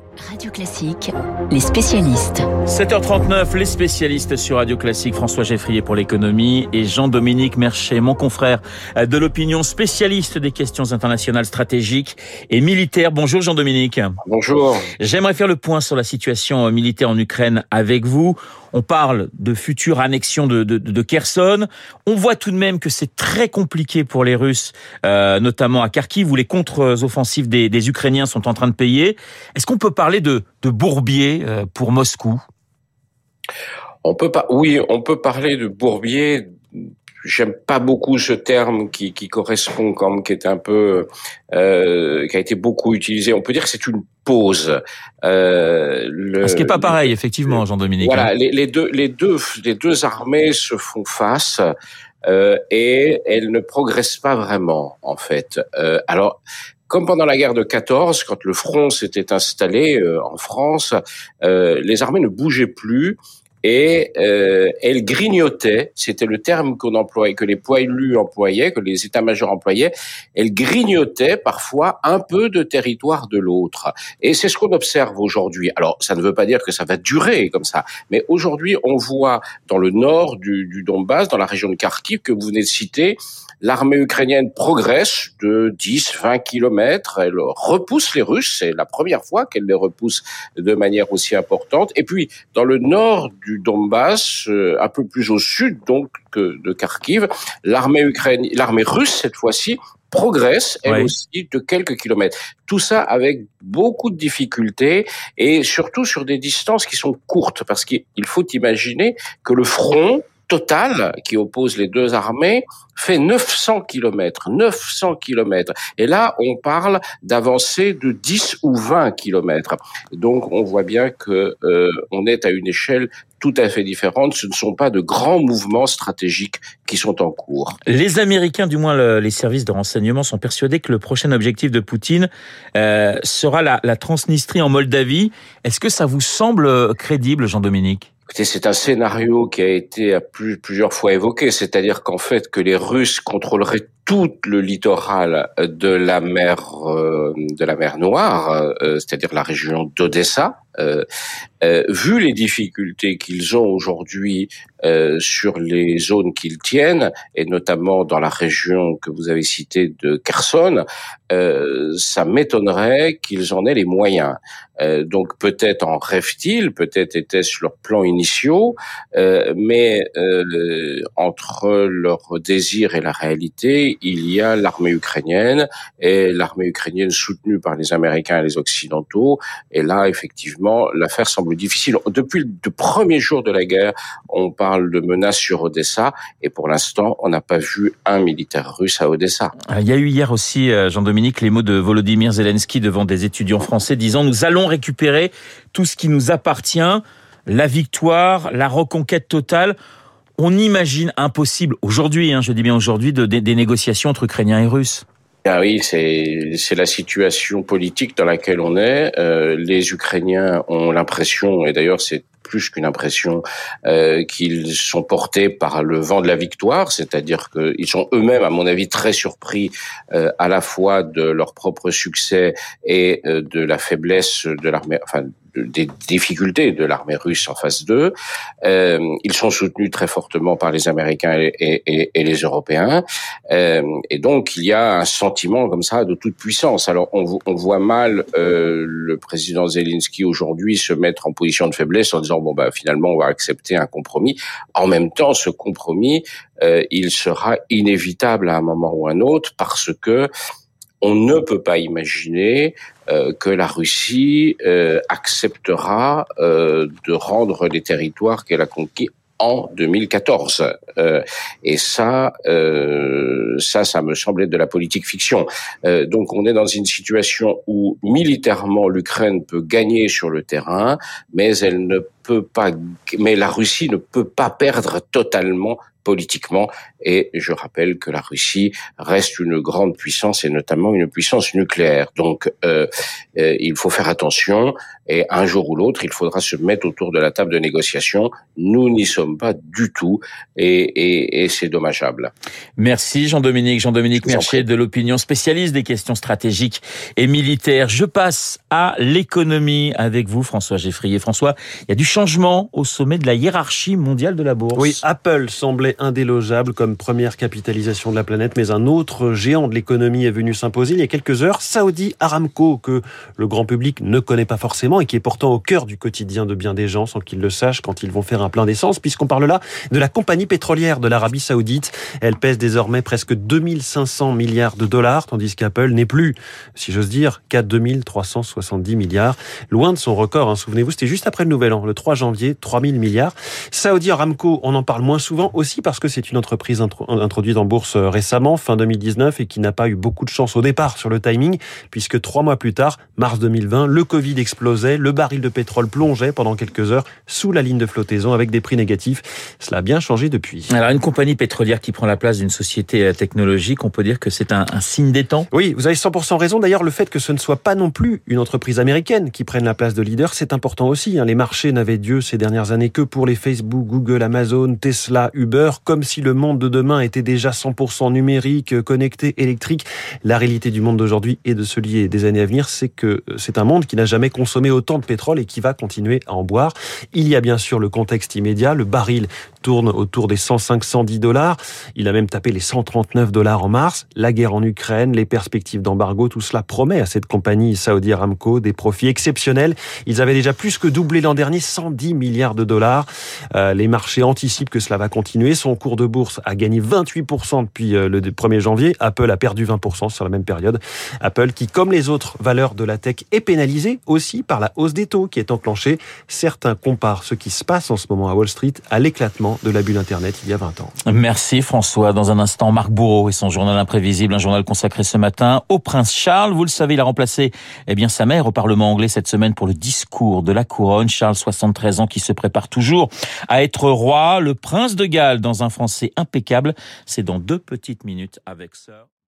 Radio Classique, les spécialistes. 7h39, les spécialistes sur Radio Classique. François Geffrier pour l'économie et Jean-Dominique Merchet, mon confrère de l'opinion, spécialiste des questions internationales stratégiques et militaires. Bonjour Jean-Dominique. Bonjour. J'aimerais faire le point sur la situation militaire en Ukraine avec vous. On parle de future annexion de Kherson. On voit tout de même que c'est très compliqué pour les Russes, notamment à Kharkiv, où les contre-offensives des Ukrainiens sont en train de payer. Est-ce qu'on peut parler de bourbier pour Moscou ? On peut parler de bourbier. J'aime pas beaucoup ce terme qui correspond qui est un peu qui a été beaucoup utilisé. On peut dire que c'est une pause. Ce qui est pas pareil, effectivement, Jean-Dominique. Voilà, les deux armées se font face et elles ne progressent pas vraiment, en fait. Alors, comme pendant la guerre de 14, quand le front s'était installé en France, les armées ne bougeaient plus. Et elles grignotaient, c'était le terme qu'on employait, que les poilus employaient, que les états-majors employaient, elles grignotaient parfois un peu de territoire de l'autre. Et c'est ce qu'on observe aujourd'hui. Alors, ça ne veut pas dire que ça va durer comme ça, mais aujourd'hui, on voit dans le nord du Donbass, dans la région de Kharkiv que vous venez de citer, l'armée ukrainienne progresse de 10-20 kilomètres. Elle repousse les Russes. C'est la première fois qu'elle les repousse de manière aussi importante. Et puis, dans le nord du Donbass, un peu plus au sud donc de Kharkiv, l'armée russe cette fois-ci progresse elle aussi de quelques kilomètres. Tout ça avec beaucoup de difficultés et surtout sur des distances qui sont courtes parce qu'il faut imaginer que le front total qui oppose les deux armées fait 900 kilomètres. 900 kilomètres. Et là, on parle d'avancées de 10 ou 20 kilomètres. Donc, on voit bien que on est à une échelle tout à fait différente. Ce ne sont pas de grands mouvements stratégiques qui sont en cours. Les Américains, du moins les services de renseignement, sont persuadés que le prochain objectif de Poutine sera la Transnistrie en Moldavie. Est-ce que ça vous semble crédible, Jean-Dominique ? Écoutez, c'est un scénario qui a été plusieurs fois évoqué, c'est-à-dire qu'en fait que les Russes contrôleraient tout le littoral de la mer Noire, c'est-à-dire la région d'Odessa. Vu les difficultés qu'ils ont aujourd'hui sur les zones qu'ils tiennent, et notamment dans la région que vous avez citée de Kherson, ça m'étonnerait qu'ils en aient les moyens. Donc peut-être en rêvent-ils, peut-être était-ce leurs plans initiaux, mais entre leur désir et la réalité, il y a l'armée ukrainienne, et l'armée ukrainienne soutenue par les Américains et les Occidentaux, et là, effectivement, l'affaire semble difficile. Depuis le premier jour de la guerre, on parle de menaces sur Odessa, et pour l'instant, on n'a pas vu un militaire russe à Odessa. Il y a eu hier aussi, Jean-Dominique, les mots de Volodymyr Zelensky devant des étudiants français disant « Nous allons récupérer tout ce qui nous appartient, la victoire, la reconquête totale ». On imagine impossible aujourd'hui, je dis bien aujourd'hui, des négociations entre Ukrainiens et Russes. Ah oui, c'est la situation politique dans laquelle on est. Les Ukrainiens ont l'impression, et d'ailleurs c'est plus qu'une impression, qu'ils sont portés par le vent de la victoire, c'est-à-dire qu'ils sont eux-mêmes, à mon avis, très surpris à la fois de leur propre succès et de la faiblesse de l'armée, des difficultés de l'armée russe en face d'eux. Ils sont soutenus très fortement par les Américains et les Européens. Et donc, il y a un sentiment comme ça de toute puissance. Alors, on voit mal le président Zelensky aujourd'hui se mettre en position de faiblesse en disant, finalement, on va accepter un compromis. En même temps, ce compromis, il sera inévitable à un moment ou à un autre parce que on ne peut pas imaginer que la Russie acceptera de rendre les territoires qu'elle a conquis en 2014. Et ça me semble être de la politique fiction. Donc on est dans une situation où militairement l'Ukraine peut gagner sur le terrain, mais la Russie ne peut pas perdre totalement politiquement. Et je rappelle que la Russie reste une grande puissance et notamment une puissance nucléaire. Donc, il faut faire attention et un jour ou l'autre, il faudra se mettre autour de la table de négociation. Nous n'y sommes pas du tout et c'est dommageable. Merci Jean-Dominique Mercier de l'Opinion, spécialiste des questions stratégiques et militaires. Je passe à l'économie avec vous, François Geffrier. François, il y a du changement au sommet de la hiérarchie mondiale de la bourse. Oui, Apple semblait indélogeable comme première capitalisation de la planète, mais un autre géant de l'économie est venu s'imposer il y a quelques heures, Saudi Aramco, que le grand public ne connaît pas forcément et qui est pourtant au cœur du quotidien de bien des gens sans qu'ils le sachent quand ils vont faire un plein d'essence, puisqu'on parle là de la compagnie pétrolière de l'Arabie Saoudite. Elle pèse désormais presque 2500 milliards de dollars, tandis qu'Apple n'est plus, si j'ose dire, qu'à 2370 milliards. Loin de son record, souvenez-vous, c'était juste après le Nouvel An, le 3 janvier, 3000 milliards. Saudi Aramco, on en parle moins souvent aussi parce que c'est une entreprise introduite en bourse récemment, fin 2019, et qui n'a pas eu beaucoup de chance au départ sur le timing, puisque 3 mois plus tard, mars 2020, le Covid explosait, le baril de pétrole plongeait pendant quelques heures sous la ligne de flottaison avec des prix négatifs. Cela a bien changé depuis. Alors, une compagnie pétrolière qui prend la place d'une société technologique, on peut dire que c'est un signe des temps? Oui, vous avez 100% raison. D'ailleurs, le fait que ce ne soit pas non plus une entreprise américaine qui prenne la place de leader, c'est important aussi. Les marchés n'avaient Dieu ces dernières années que pour les Facebook, Google, Amazon, Tesla, Uber, comme si le monde de demain était déjà 100% numérique, connecté, électrique. La réalité du monde d'aujourd'hui et de celui des années à venir, c'est que c'est un monde qui n'a jamais consommé autant de pétrole et qui va continuer à en boire. Il y a bien sûr le contexte immédiat. Le baril tourne autour des 105-110 dollars. Il a même tapé les 139 dollars en mars. La guerre en Ukraine, les perspectives d'embargo, tout cela promet à cette compagnie Saudi Aramco des profits exceptionnels. Ils avaient déjà plus que doublé l'an dernier, 110 milliards de dollars. Les marchés anticipent que cela va continuer. Son cours de bourse a gagné 28% depuis le 1er janvier. Apple a perdu 20% sur la même période. Apple qui, comme les autres valeurs de la tech, est pénalisé aussi par la hausse des taux qui est enclenchée. Certains comparent ce qui se passe en ce moment à Wall Street à l'éclatement de la bulle Internet il y a 20 ans. Merci François. Dans un instant, Marc Bourreau et son journal imprévisible, un journal consacré ce matin au prince Charles. Vous le savez, il a remplacé sa mère au Parlement anglais cette semaine pour le discours de la couronne. Charles, 73 ans, qui se prépare toujours à être roi. Le prince de Galles, dans un français impeccable. C'est dans 2 petites minutes avec Sir.